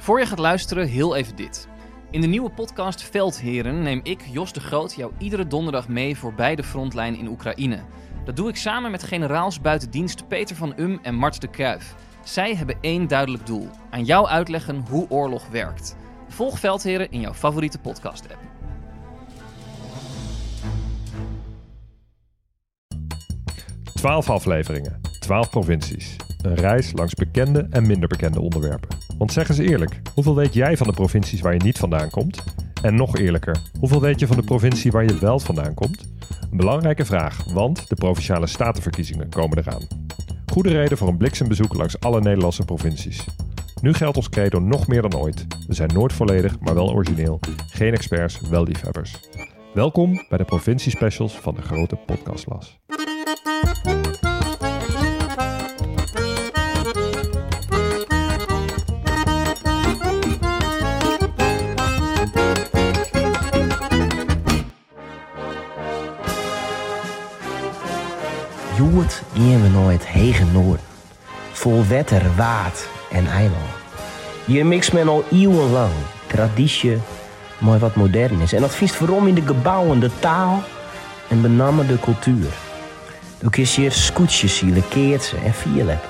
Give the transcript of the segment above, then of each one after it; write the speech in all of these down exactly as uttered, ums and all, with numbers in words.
Voor je gaat luisteren, heel even dit. In de nieuwe podcast Veldheren neem ik, Jos de Groot, jou iedere donderdag mee voorbij de frontlijn in Oekraïne. Dat doe ik samen met generaals buiten dienst Peter van Um en Mart de Kruijf. Zij hebben één duidelijk doel: aan jou uitleggen hoe oorlog werkt. Volg Veldheren in jouw favoriete podcast-app. Twaalf afleveringen, twaalf provincies. Een reis langs bekende en minder bekende onderwerpen. Want zeg eens eerlijk, hoeveel weet jij van de provincies waar je niet vandaan komt? En nog eerlijker, hoeveel weet je van de provincie waar je wel vandaan komt? Een belangrijke vraag, want de Provinciale Statenverkiezingen komen eraan. Goede reden voor een bliksembezoek langs alle Nederlandse provincies. Nu geldt ons credo nog meer dan ooit. We zijn nooit volledig, maar wel origineel. Geen experts, wel liefhebbers. Welkom bij de provinciespecials van de Grote Podcastlas. Joert gaan we naar het hege noorden. Vol wetter, waard en eiland. Hier mixt men al eeuwenlang traditie maar wat modern is. En dat viest waarom in de gebouwen, de taal en met name de cultuur. Ook kies je scootjes, zielen, keertsen en vierleppen.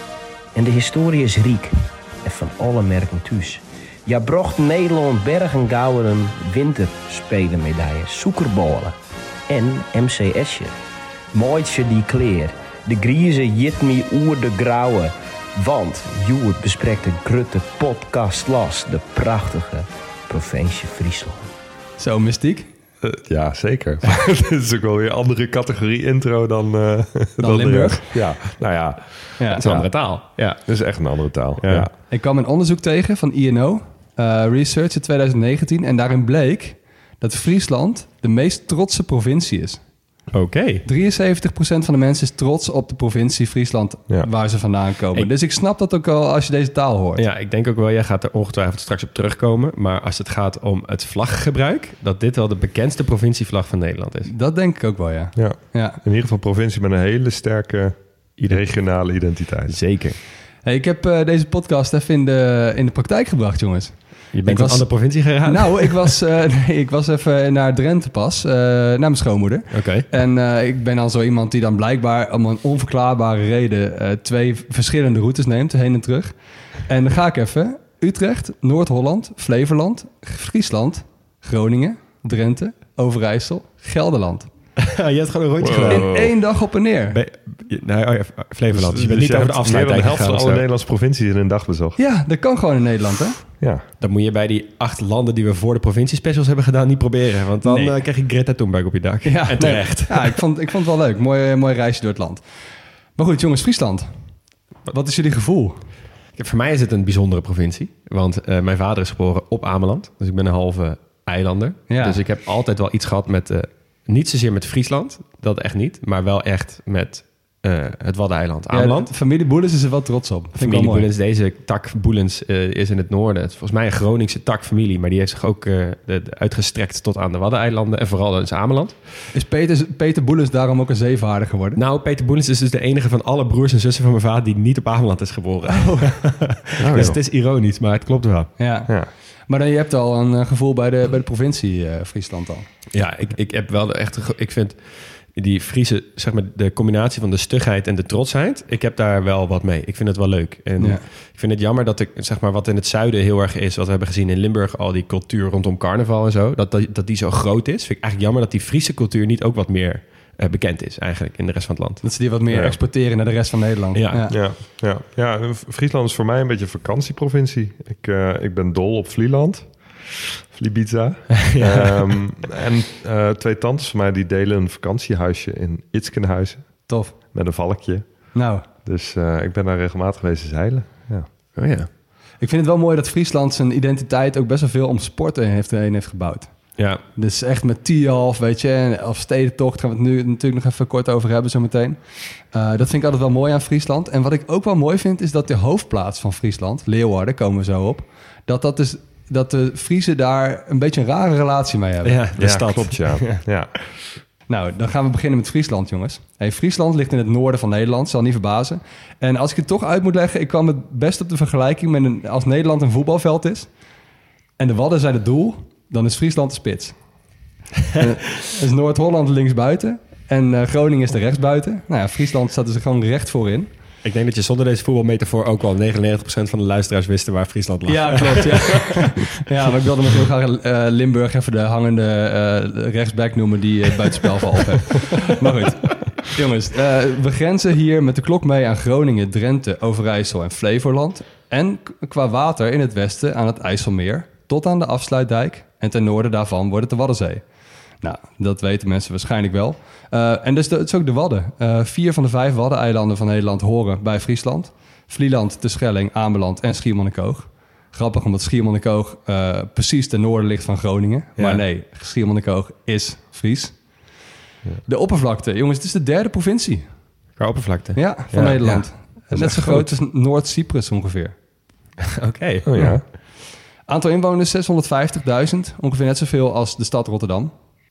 En de historie is riek en van alle merken thuis. Ja, brocht Nederland bergen gouden winterspelenmedailles, zoekerballen en M C S'je. Mooitje die kleer, de griezen jit me oer de grauwe. Want Joert bespreekt de grote podcast las, de prachtige provincie Friesland. Zo, mystiek. Uh, ja, zeker. Het is ook wel weer een andere categorie intro dan... Uh, dan, dan Limburg? De, ja, nou ja. Ja, het is een andere taal. Ja. Het is echt een andere taal, ja. ja. Ik kwam een onderzoek tegen van I N O, uh, Research in twintig negentien. En daarin bleek dat Friesland de meest trotse provincie is. Oké. Okay. drieënzeventig procent van de mensen is trots op de provincie Friesland ja. waar ze vandaan komen. Ik, dus ik snap dat ook al als je deze taal hoort. Ja, ik denk ook wel, jij gaat er ongetwijfeld straks op terugkomen. Maar als het gaat om het vlaggebruik, dat dit wel de bekendste provincievlag van Nederland is. Dat denk ik ook wel, ja. Ja, ja. In ieder geval provincie met een hele sterke regionale identiteit. Zeker. Hey, ik heb uh, deze podcast even in de, in de praktijk gebracht, jongens. Je bent van een andere provincie gegaan? Nou, ik was, uh, nee, ik was even naar Drenthe pas, uh, naar mijn schoonmoeder. Oké. Okay. En uh, ik ben dan zo iemand die dan blijkbaar om een onverklaarbare reden uh, twee verschillende routes neemt, heen en terug. En dan ga ik even Utrecht, Noord-Holland, Flevoland, Friesland, Groningen, Drenthe, Overijssel, Gelderland. Je hebt gewoon een rondje wow. gedaan. In één dag op en neer. Be- nou, oh ja, Flevoland. Dus je bent dus niet je over de afsluit. De helft van alle Nederlandse provincies in een dag bezocht. Ja, dat kan gewoon in Nederland, hè? Ja. Dat moet je bij die acht landen die we voor de provinciespecials hebben gedaan niet proberen. Want dan nee. uh, krijg je Greta Thunberg op je dak. Ja, en terecht. Nee, ja, ik vond, ik vond het wel leuk. Mooi, mooi reisje door het land. Maar goed, jongens, Friesland. Wat is jullie gevoel? Voor mij is het een bijzondere provincie. Want uh, mijn vader is geboren op Ameland. Dus ik ben een halve eilander. Ja. Dus ik heb altijd wel iets gehad met... Uh, niet zozeer met Friesland, dat echt niet. Maar wel echt met uh, het Waddeneiland, Ameland. Ja, familie Boelens is er wel trots op. Familie Boelens, deze tak Boelens uh, is in het noorden. Het is volgens mij een Groningse takfamilie. Maar die heeft zich ook uh, de, de uitgestrekt tot aan de Waddeneilanden. En vooral in Ameland. Is Peter, Peter Boelens daarom ook een zeevaarder geworden? Nou, Peter Boelens is dus de enige van alle broers en zussen van mijn vader... die niet op Ameland is geboren. Oh. oh, dus het is ironisch, maar het klopt wel. Ja. ja. Maar dan, je hebt al een gevoel bij de, bij de provincie uh, Friesland al. Ja, ik, ik heb wel echt... Ik vind die Friese, zeg maar, de combinatie van de stugheid en de trotsheid... ik heb daar wel wat mee. Ik vind het wel leuk. En ja. ik vind het jammer dat ik, zeg maar, wat in het zuiden heel erg is... wat we hebben gezien in Limburg, al die cultuur rondom carnaval en zo... dat, dat, dat die zo groot is. Vind ik eigenlijk jammer dat die Friese cultuur niet ook wat meer... Uh, bekend is eigenlijk in de rest van het land. Dat ze die wat meer ja. exporteren naar de rest van Nederland. Ja. Ja. Ja, ja. ja, Friesland is voor mij een beetje een vakantieprovincie. Ik, uh, ik ben dol op Vlieland. Vlibiza. ja. um, en uh, twee tantes van mij die delen een vakantiehuisje in Itskenhuizen. Tof. Met een valkje. Nou. Dus uh, ik ben daar regelmatig geweest zeilen. Ja. Oh ja. Ik vind het wel mooi dat Friesland zijn identiteit ook best wel veel om sporten heeft, heen heeft gebouwd. Ja. Dus echt met Tialf, weet je, of stedentocht gaan we het nu natuurlijk nog even kort over hebben zometeen. Uh, dat vind ik altijd wel mooi aan Friesland. En wat ik ook wel mooi vind, is dat de hoofdplaats van Friesland, Leeuwarden, komen we zo op, dat dat dus dat de Friesen daar een beetje een rare relatie mee hebben. Ja, de ja, stad. Klopt, ja. ja. Nou, dan gaan we beginnen met Friesland, jongens. Hey, Friesland ligt in het noorden van Nederland, zal niet verbazen. En als ik het toch uit moet leggen, ik kwam het best op de vergelijking met een, als Nederland een voetbalveld is en de Wadden zijn het doel, dan is Friesland de spits. uh, is Noord-Holland linksbuiten en uh, Groningen is de rechtsbuiten. Nou ja, Friesland staat er gewoon recht voorin. Ik denk dat je zonder deze voetbalmetafoor ook wel negenennegentig procent van de luisteraars wisten waar Friesland lag. Ja, klopt. Ja, ja maar ik wilde nog heel graag uh, Limburg even de hangende uh, rechtsback noemen die het uh, buitenspel valt heeft. Maar goed, jongens, uh, we grenzen hier met de klok mee aan Groningen, Drenthe, Overijssel en Flevoland. En k- qua water in het westen aan het IJsselmeer tot aan de Afsluitdijk. En ten noorden daarvan wordt het de Waddenzee. Nou, dat weten mensen waarschijnlijk wel. Uh, en dus de, het is ook de Wadden. Uh, vier van de vijf Waddeneilanden van Nederland horen bij Friesland. Vlieland, Terschelling, Ameland en Schiermonnikoog. Grappig, omdat Schiermonnikoog uh, precies ten noorden ligt van Groningen. Ja. Maar nee, Schiermonnikoog is Fries. Ja. De oppervlakte, jongens, het is de derde provincie. Qua oppervlakte? Ja, van ja, Nederland. Ja. Net zo groot als Noord-Cyprus ongeveer. Oké. Okay. Oh, ja. Aantal inwoners zeshonderdvijftigduizend. Ongeveer net zoveel als de stad Rotterdam.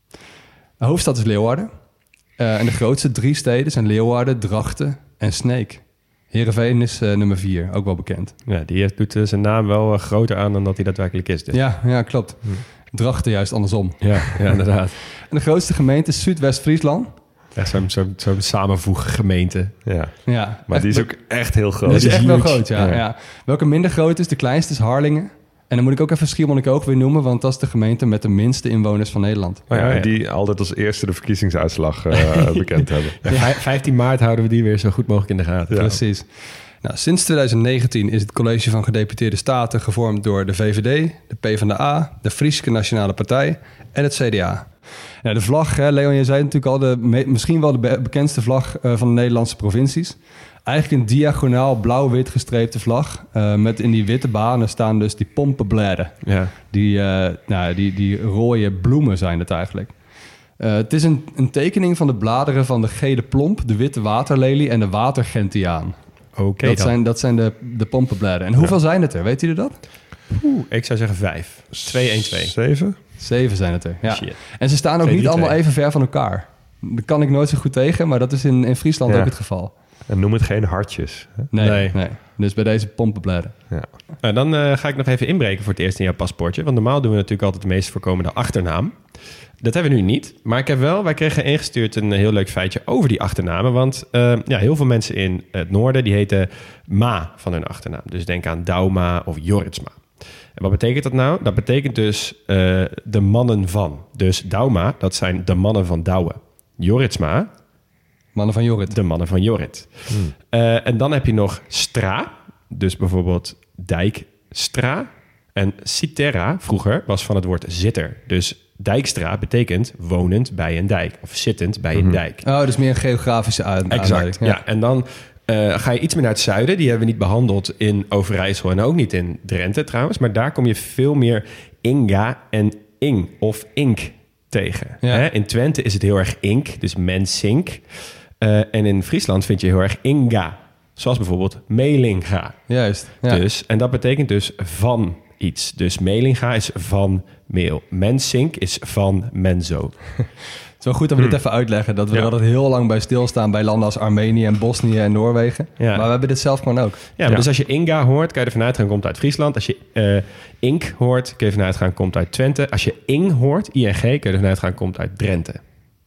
De hoofdstad is Leeuwarden. Uh, en de grootste drie steden zijn Leeuwarden, Drachten en Sneek. Heerenveen is uh, nummer vier, ook wel bekend. Ja, die doet uh, zijn naam wel uh, groter aan dan dat hij daadwerkelijk is. Dus. Ja, ja, klopt. Hm. Drachten juist andersom. Ja, ja, inderdaad. En de grootste gemeente is Zuidwest-Friesland. Ja, zo'n zo, zo samenvoeggemeente. Ja. ja, maar die is ook echt heel groot. Die is echt huge. wel groot, ja, ja. ja. Welke minder groot is, de kleinste is Harlingen. En dan moet ik ook even Schiermonnikoog weer noemen, want dat is de gemeente met de minste inwoners van Nederland. Oh ja, ja. Die altijd als eerste de verkiezingsuitslag uh, bekend hebben. Ja, vijftien maart houden we die weer zo goed mogelijk in de gaten. Ja. Precies. Nou, sinds twintig negentien is het College van Gedeputeerde Staten gevormd door de V V D, de PvdA, de Friese Nationale Partij en het C D A. Nou, de vlag, hè, Leon, je zei natuurlijk al, de me- misschien wel de be- bekendste vlag uh, van de Nederlandse provincies. Eigenlijk een diagonaal blauw-wit gestreepte vlag. Uh, met in die witte banen staan dus die pompenbladeren. Ja. Die, uh, nou, die, die rode bloemen zijn het eigenlijk. Uh, het is een, een tekening van de bladeren van de gele plomp, de witte waterlelie en de watergentiaan. Oké. Okay, dat, zijn, dat zijn de, de pompenbladeren. En hoeveel ja. zijn het er? Weet jullie dat? Oeh, ik zou zeggen vijf. twee, één, twee. Zeven? Zeven zijn het er, ja. Shit. En ze staan ook twee, niet allemaal twee. even ver van elkaar. Daar kan ik nooit zo goed tegen, maar dat is in, in Friesland ja. ook het geval. En noem het geen hartjes. Hè? Nee, nee, nee. Dus bij deze pompenbladeren. Ja. Nou, dan uh, ga ik nog even inbreken voor het eerst in jouw paspoortje. Want normaal doen we natuurlijk altijd de meest voorkomende achternaam. Dat hebben we nu niet. Maar ik heb wel, wij kregen ingestuurd een heel leuk feitje over die achternamen. Want uh, ja, heel veel mensen in het noorden, die heten Ma van hun achternaam. Dus denk aan Dauma of Jorritsma. En wat betekent dat nou? Dat betekent dus uh, de mannen van. Dus Dauma, dat zijn de mannen van Douwe. Jorritsma... Mannen van Jorrit. De mannen van Jorrit. Hmm. Uh, en dan heb je nog Stra. Dus bijvoorbeeld Dijkstra. En Citerra vroeger was van het woord zitter. Dus Dijkstra betekent wonend bij een dijk. Of zittend bij mm-hmm. een dijk. Oh, dus meer een geografische aanduiding. Exact, ja. ja. En dan uh, ga je iets meer naar het zuiden. Die hebben we niet behandeld in Overijssel en ook niet in Drenthe trouwens. Maar daar kom je veel meer Inga en Ing of Ink tegen. Ja. Hè? In Twente is het heel erg Ink, dus mensink. Uh, en in Friesland vind je heel erg Inga. Zoals bijvoorbeeld Melinga. Juist. Ja. Dus, en dat betekent dus van iets. Dus Melinga is van meel. Mensink is van menzo. Het is wel goed dat we hmm. dit even uitleggen. Dat we ja. er altijd heel lang bij stilstaan bij landen als Armenië en Bosnië en Noorwegen. Ja. Maar we hebben dit zelf gewoon ook. Ja, ja. Dus als je Inga hoort, kan je ervan uitgaan komt uit Friesland. Als je uh, Ink hoort, kun je ervan uitgaan komt uit Twente. Als je Ing hoort, I N G, kun je ervan uitgaan komt uit Drenthe.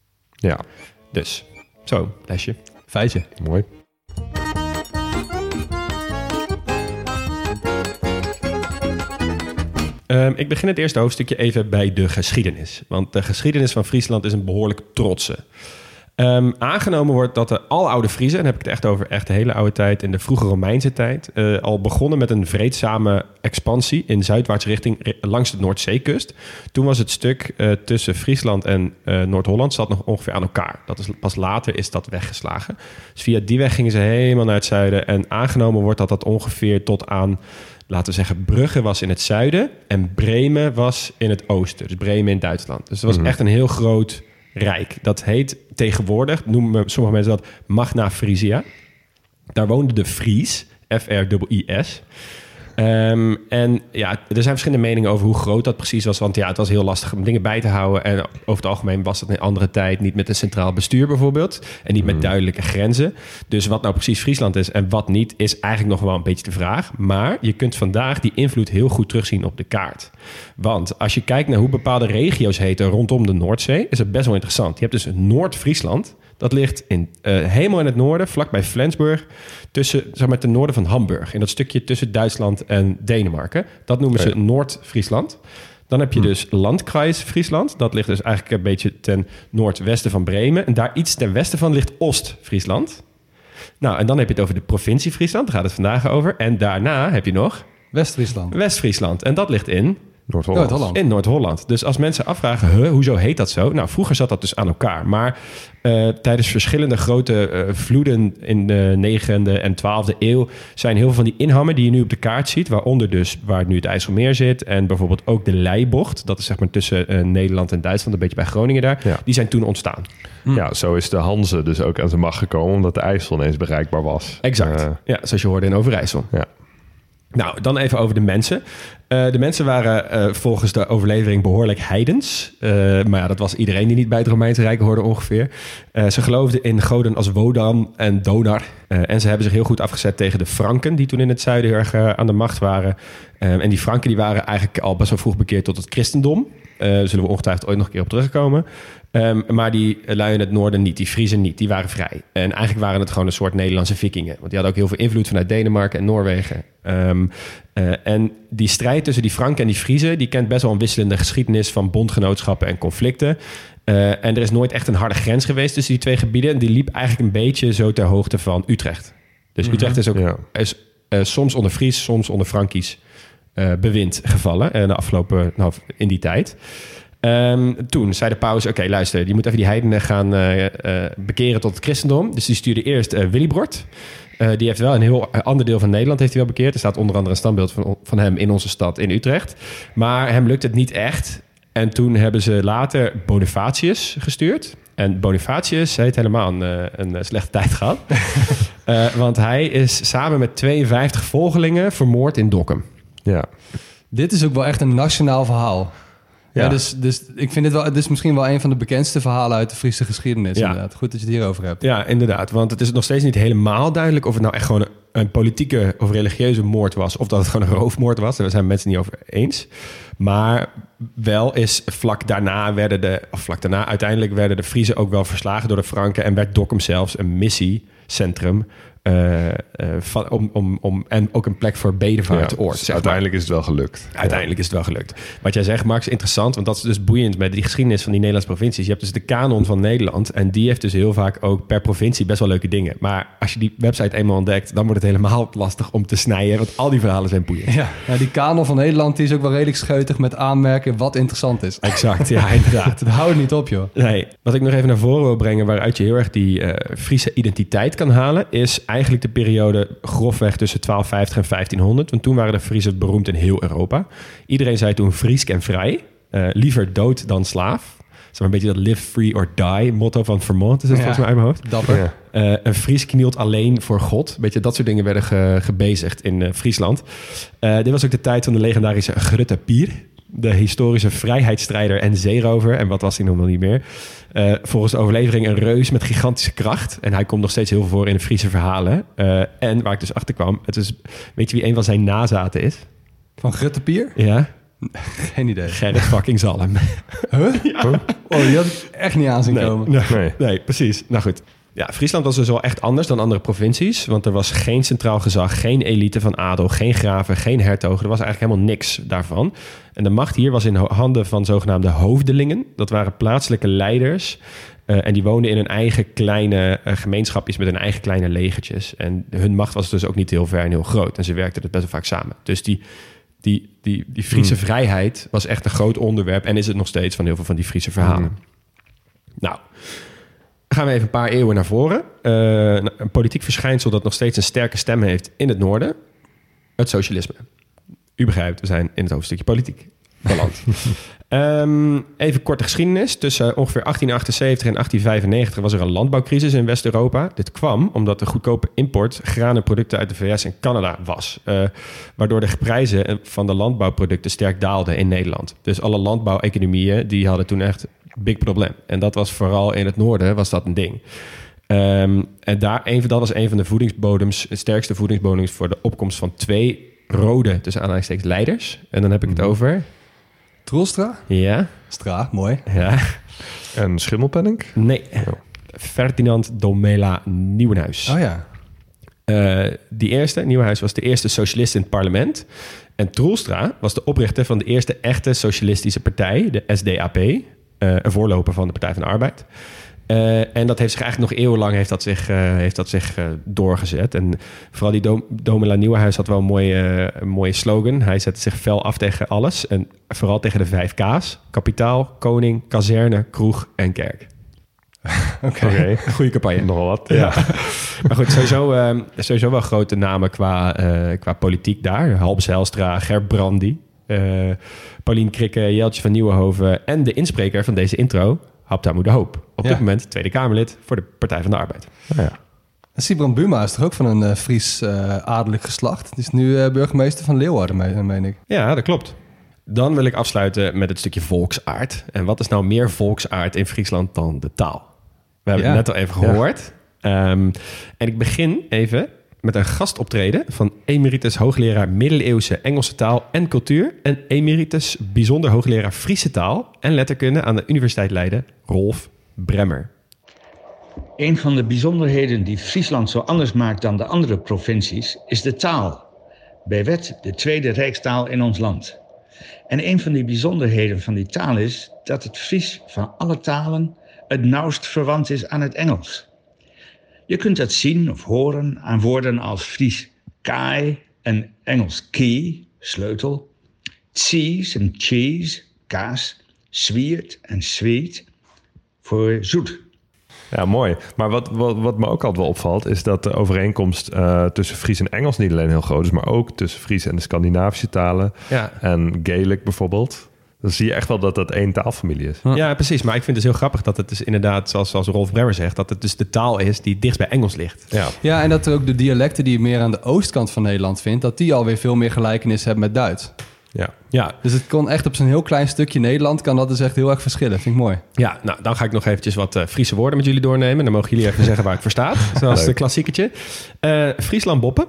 Ja. Dus... Zo, lesje. Feitje. Mooi. Um, ik begin het eerste hoofdstukje even bij de geschiedenis. Want de geschiedenis van Friesland is een behoorlijk trotse. Um, aangenomen wordt dat de aloude Friezen, en dan heb ik het echt over echt de hele oude tijd, in de vroege Romeinse tijd, uh, al begonnen met een vreedzame expansie in zuidwaarts richting langs de Noordzeekust. Toen was het stuk uh, tussen Friesland en uh, Noord-Holland zat nog ongeveer aan elkaar. Dat is, pas later is dat weggeslagen. Dus via die weg gingen ze helemaal naar het zuiden. En aangenomen wordt dat dat ongeveer tot aan, laten we zeggen, Brugge was in het zuiden en Bremen was in het oosten. Dus Bremen in Duitsland. Dus het was mm-hmm. echt een heel groot rijk. Dat heet tegenwoordig, noemen sommige mensen dat Magna Frisia. Daar woonde de Fries, F R I I S. Um, en ja, er zijn verschillende meningen over hoe groot dat precies was. Want ja, het was heel lastig om dingen bij te houden. En over het algemeen was het in een andere tijd niet met een centraal bestuur bijvoorbeeld. En niet met mm. duidelijke grenzen. Dus wat nou precies Friesland is en wat niet, is eigenlijk nog wel een beetje de vraag. Maar je kunt vandaag die invloed heel goed terugzien op de kaart. Want als je kijkt naar hoe bepaalde regio's heten rondom de Noordzee, is het best wel interessant. Je hebt dus Noord-Friesland. Dat ligt in, uh, helemaal in het noorden, vlakbij Flensburg, tussen, zeg maar, ten noorden van Hamburg. In dat stukje tussen Duitsland en Denemarken. Dat noemen ze Noord-Friesland. Dan heb je hm. dus Landkreis Friesland. Dat ligt dus eigenlijk een beetje ten noordwesten van Bremen. En daar iets ten westen van ligt Oost-Friesland. Nou, en dan heb je het over de provincie Friesland. Daar gaat het vandaag over. En daarna heb je nog West-Friesland. West-Friesland. En dat ligt in Noord-Holland. Noord-Holland. In Noord-Holland. Dus als mensen afvragen, huh, hoezo heet dat zo? Nou, vroeger zat dat dus aan elkaar. Maar uh, tijdens verschillende grote uh, vloeden in de negende en twaalfde eeuw zijn heel veel van die inhammen die je nu op de kaart ziet, waaronder dus waar nu het IJsselmeer zit en bijvoorbeeld ook de Leibocht, dat is zeg maar tussen uh, Nederland en Duitsland, een beetje bij Groningen daar, ja. Die zijn toen ontstaan. Hm. Ja, zo is de Hanze dus ook aan zijn macht gekomen, omdat de IJssel ineens bereikbaar was. Exact. Uh, ja, zoals je hoorde in Overijssel. Ja. Nou, dan even over de mensen. Uh, de mensen waren uh, volgens de overlevering behoorlijk heidens. Uh, maar ja, dat was iedereen die niet bij het Romeinse Rijk hoorde ongeveer. Uh, ze geloofden in goden als Wodan en Donar. Uh, en ze hebben zich heel goed afgezet tegen de Franken, die toen in het zuiden heel erg uh, aan de macht waren. Uh, en die Franken die waren eigenlijk al best wel vroeg bekeerd tot het christendom. Uh, daar zullen we ongetwijfeld ooit nog een keer op terugkomen. Um, maar die lui in het noorden niet, die Friezen niet, die waren vrij. En eigenlijk waren het gewoon een soort Nederlandse vikingen. Want die hadden ook heel veel invloed vanuit Denemarken en Noorwegen. Um, uh, en die strijd tussen die Franken en die Friezen, die kent best wel een wisselende geschiedenis van bondgenootschappen en conflicten. Uh, en er is nooit echt een harde grens geweest tussen die twee gebieden. En die liep eigenlijk een beetje zo ter hoogte van Utrecht. Dus mm-hmm. Utrecht is ook ja. is, uh, soms onder Fries, soms onder Frankisch uh, bewind gevallen. Uh, de afgelopen, nou, in die tijd. Um, toen zei de paus, oké, okay, luister, je moet even die heidenen gaan uh, uh, bekeren tot het christendom. Dus die stuurde eerst uh, Willibrord. Uh, die heeft wel een heel ander deel van Nederland heeft hij wel bekeerd. Er staat onder andere een standbeeld van, van hem in onze stad in Utrecht. Maar hem lukt het niet echt. En toen hebben ze later Bonifatius gestuurd. En Bonifatius heeft helemaal een, een slechte tijd gehad. uh, want hij is samen met tweeënvijftig volgelingen vermoord in Dokkum. Ja. Dit is ook wel echt een nationaal verhaal. Ja, ja dus, dus ik vind dit wel, het is misschien wel een van de bekendste verhalen uit de Friese geschiedenis. Ja. Inderdaad. Goed dat je het hierover hebt. Ja, inderdaad. Want het is nog steeds niet helemaal duidelijk of het nou echt gewoon een, een politieke of religieuze moord was. Of dat het gewoon een roofmoord was. Daar zijn mensen niet over eens. Maar wel is vlak daarna werden de, of vlak daarna uiteindelijk werden de Friezen ook wel verslagen door de Franken. En werd Dokkum zelfs een missiecentrum. Uh, uh, van, om, om, om, en ook een plek voor bedevaartoord. Ja, dus uiteindelijk is het wel gelukt. Uiteindelijk ja. is het wel gelukt. Wat jij zegt, Max, interessant. Want dat is dus boeiend met die geschiedenis van die Nederlandse provincies. Je hebt dus de kanon van Nederland. En die heeft dus heel vaak ook per provincie best wel leuke dingen. Maar als je die website eenmaal ontdekt, dan wordt het helemaal lastig om te snijden. Want al die verhalen zijn boeiend. Ja, ja die kanon van Nederland die is ook wel redelijk scheutig met aanmerken wat interessant is. Exact, ja, inderdaad. Dat houdt niet op, joh. Nee. Wat ik nog even naar voren wil brengen, waaruit je heel erg die uh, Friese identiteit kan halen, is eigenlijk de periode grofweg tussen twaalf vijftig en vijftienhonderd. Want toen waren de Friezen beroemd in heel Europa. Iedereen zei toen Friesk en vrij. Uh, liever dood dan slaaf. Dat is maar een beetje dat live free or die motto van Vermont. Is dat ja, volgens mij uit mijn hoofd. Dapper. Ja. Uh, een Fries knielt alleen voor God. Een beetje dat soort dingen werden ge, gebezigd in uh, Friesland. Uh, dit was ook de tijd van de legendarische Grutte Pier. De historische vrijheidsstrijder en zeerover. En wat was hij nog wel niet meer? Uh, volgens de overlevering een reus met gigantische kracht. En hij komt nog steeds heel veel voor in de Friese verhalen. Uh, en waar ik dus achter kwam, het is, weet je wie een van zijn nazaten is? Van Grutte Pier? Ja. Geen idee. Gerrit fucking Zalm. Huh? Ja. Oh, die had ik echt niet aan zien nee, komen. Nee, nee. nee, precies. Nou goed. Ja, Friesland was dus wel echt anders dan andere provincies. Want er was geen centraal gezag, geen elite van adel, geen graven, geen hertogen. Er was eigenlijk helemaal niks daarvan. En de macht hier was in handen van zogenaamde hoofdelingen. Dat waren plaatselijke leiders. Uh, en die woonden in hun eigen kleine uh, gemeenschapjes met hun eigen kleine legertjes. En hun macht was dus ook niet heel ver en heel groot. En ze werkten het best wel vaak samen. Dus die, die, die, die Friese hmm. vrijheid was echt een groot onderwerp. En is het nog steeds van heel veel van die Friese verhalen. Hmm. Nou, gaan we even een paar eeuwen naar voren. Uh, een politiek verschijnsel dat nog steeds een sterke stem heeft in het noorden. Het socialisme. U begrijpt, we zijn in het hoofdstukje politiek. Holland. um, even korte geschiedenis. Tussen ongeveer achttien achtenzeventig en achttien vijfennegentig was er een landbouwcrisis in West-Europa. Dit kwam omdat de goedkope import graan en producten uit de V S en Canada was. Uh, waardoor de prijzen van de landbouwproducten sterk daalden in Nederland. Dus alle landbouweconomieën die hadden toen echt een big probleem. En dat was vooral in het noorden was dat een ding. Um, en daar, een, dat was een van de voedingsbodems, de sterkste voedingsbodems voor de opkomst van twee rode, tussen aanhalingstekens, leiders. En dan heb ik het over... Troelstra? Ja. Stra, mooi. Ja. En Schimmelpenninck? Nee. Oh. Ferdinand Domela Nieuwenhuis. Oh ja. Uh, die eerste, Nieuwenhuis, was de eerste socialist in het parlement. En Troelstra was de oprichter van de eerste echte socialistische partij, de S D A P. Uh, een voorloper van de Partij van de Arbeid. Uh, en dat heeft zich eigenlijk nog eeuwenlang heeft dat zich, uh, heeft dat zich uh, doorgezet. En vooral die Dom- Domela Nieuwenhuis had wel een mooie, uh, een mooie slogan. Hij zette zich fel af tegen alles. En vooral tegen de vijf K's. Kapitaal, koning, kazerne, kroeg en kerk. Oké. Okay. Goeie campagne. Nogal wat. Ja. Ja. Maar goed, sowieso, uh, sowieso wel grote namen qua, uh, qua politiek daar. Halbe Zijlstra, Gert Brandy, uh, Paulien Krikke, Jeltje van Nieuwenhoven en de inspreker van deze intro, Habtamu de Hoop. Op ja. dit moment Tweede Kamerlid voor de Partij van de Arbeid. Oh ja. Sibrand Buma is toch ook van een uh, Fries uh, adellijk geslacht? Die is nu uh, burgemeester van Leeuwarden, meen, meen ik. Ja, dat klopt. Dan wil ik afsluiten met het stukje volksaard. En wat is nou meer volksaard in Friesland dan de taal? We hebben ja. het net al even gehoord. Ja. Um, en ik begin even met een gastoptreden van emeritus hoogleraar middeleeuwse Engelse taal en cultuur en emeritus bijzonder hoogleraar Friese taal en letterkunde aan de Universiteit Leiden, Rolf Bremmer. Een van de bijzonderheden die Friesland zo anders maakt dan de andere provincies is de taal. Bij wet de tweede rijkstaal in ons land. En een van die bijzonderheden van die taal is dat het Fries van alle talen het nauwst verwant is aan het Engels. Je kunt dat zien of horen aan woorden als Fries kaai en Engels key, sleutel, cheese en cheese, kaas, zwiert en sweet, voor zoet. Ja, mooi. Maar wat, wat, wat me ook altijd wel opvalt, is dat de overeenkomst uh, tussen Fries en Engels niet alleen heel groot is, maar ook tussen Fries en de Scandinavische talen Ja. en Gaelic bijvoorbeeld. Dan zie je echt wel dat dat één taalfamilie is. Ja, precies. Maar ik vind het dus heel grappig dat het dus inderdaad, zoals, zoals Rolf Bremmer zegt, dat het dus de taal is die dichtst bij Engels ligt. Ja. Ja, en dat er ook de dialecten die je meer aan de oostkant van Nederland vindt, dat die alweer veel meer gelijkenis hebben met Duits. Ja. Ja, Dus het kon echt op zo'n heel klein stukje Nederland, kan dat dus echt heel erg verschillen. Vind ik mooi. ja, nou dan ga ik nog eventjes wat uh, Friese woorden met jullie doornemen. Dan mogen jullie even zeggen waar het voor staat. Zoals de klassiekertje. Uh, Friesland Boppen.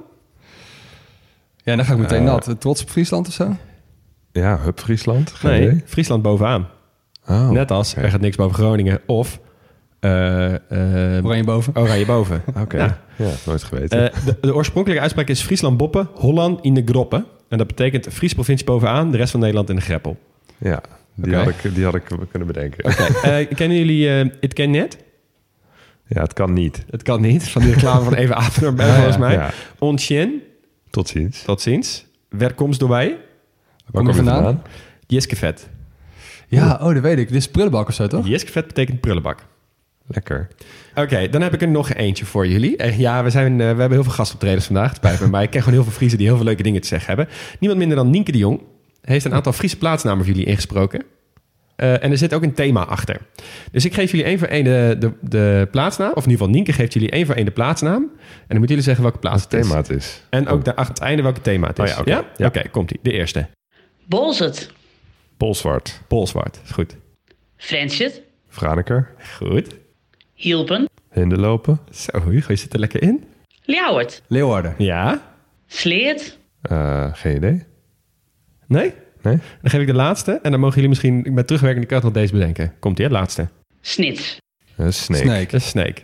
Ja, dan ga ik meteen Uh, nat. Trots op Friesland of zo? Ja, Hub Friesland. Geen Nee, idee. Friesland bovenaan. Oh, Net als oké. er gaat niks boven Groningen of uh, uh, Oranje boven. Oranje boven. Oké, Ja. ja, nooit geweten. Uh, de, de oorspronkelijke uitspraak is Friesland Boppen, Holland in de Groppen. En dat betekent Fries provincie bovenaan, de rest van Nederland in de greppel. ja, die, oké. had ik, die had ik kunnen bedenken. Okay. Uh, kennen jullie uh, Het Ken Net? Ja, het kan niet. Het kan niet, van die reclame van Even Apeldoorn, volgens mij. Ja. Ontjen, Tot ziens. tot ziens. Wer komst doorbij? Waar kom je vandaan? Jeskevet. Ja, oh, dat weet ik. Dit is prullenbak of zo, toch? Jeskevet betekent prullenbak. Lekker. Oké, okay, dan heb ik er nog eentje voor jullie. Uh, ja, we, zijn, uh, we hebben heel veel gastoptredens vandaag. Het spijt me, maar ik ken gewoon heel veel Friesen die heel veel leuke dingen te zeggen hebben. Niemand minder dan Nienke de Jong heeft een aantal Friese plaatsnamen voor jullie ingesproken. Uh, en er zit ook een thema achter. Dus ik geef jullie één voor één de, de, de plaatsnaam. Of in ieder geval, Nienke geeft jullie één voor één de plaatsnaam. En dan moeten jullie zeggen welke plaats Het het is. thema het is. En ook de, aan het einde welke thema het is. Oh ja, oké. ja? Ja. Oké, komt-ie. De eerste. Bolzet, Polswart. Polswart. Is goed. Fransjet, Franeker. Goed. Hielpen, Hinderlopen. Zo, Hugo, je zit er lekker in. Ljouwert, Leeuwarden. Ja. Sleert, Uh, geen idee. Nee? Nee? Dan geef ik de laatste. En dan mogen jullie misschien met terugwerkende kracht nog deze bedenken. Komt-ie, het laatste. Snits, Uh, snake. Snake. Dat is Snake.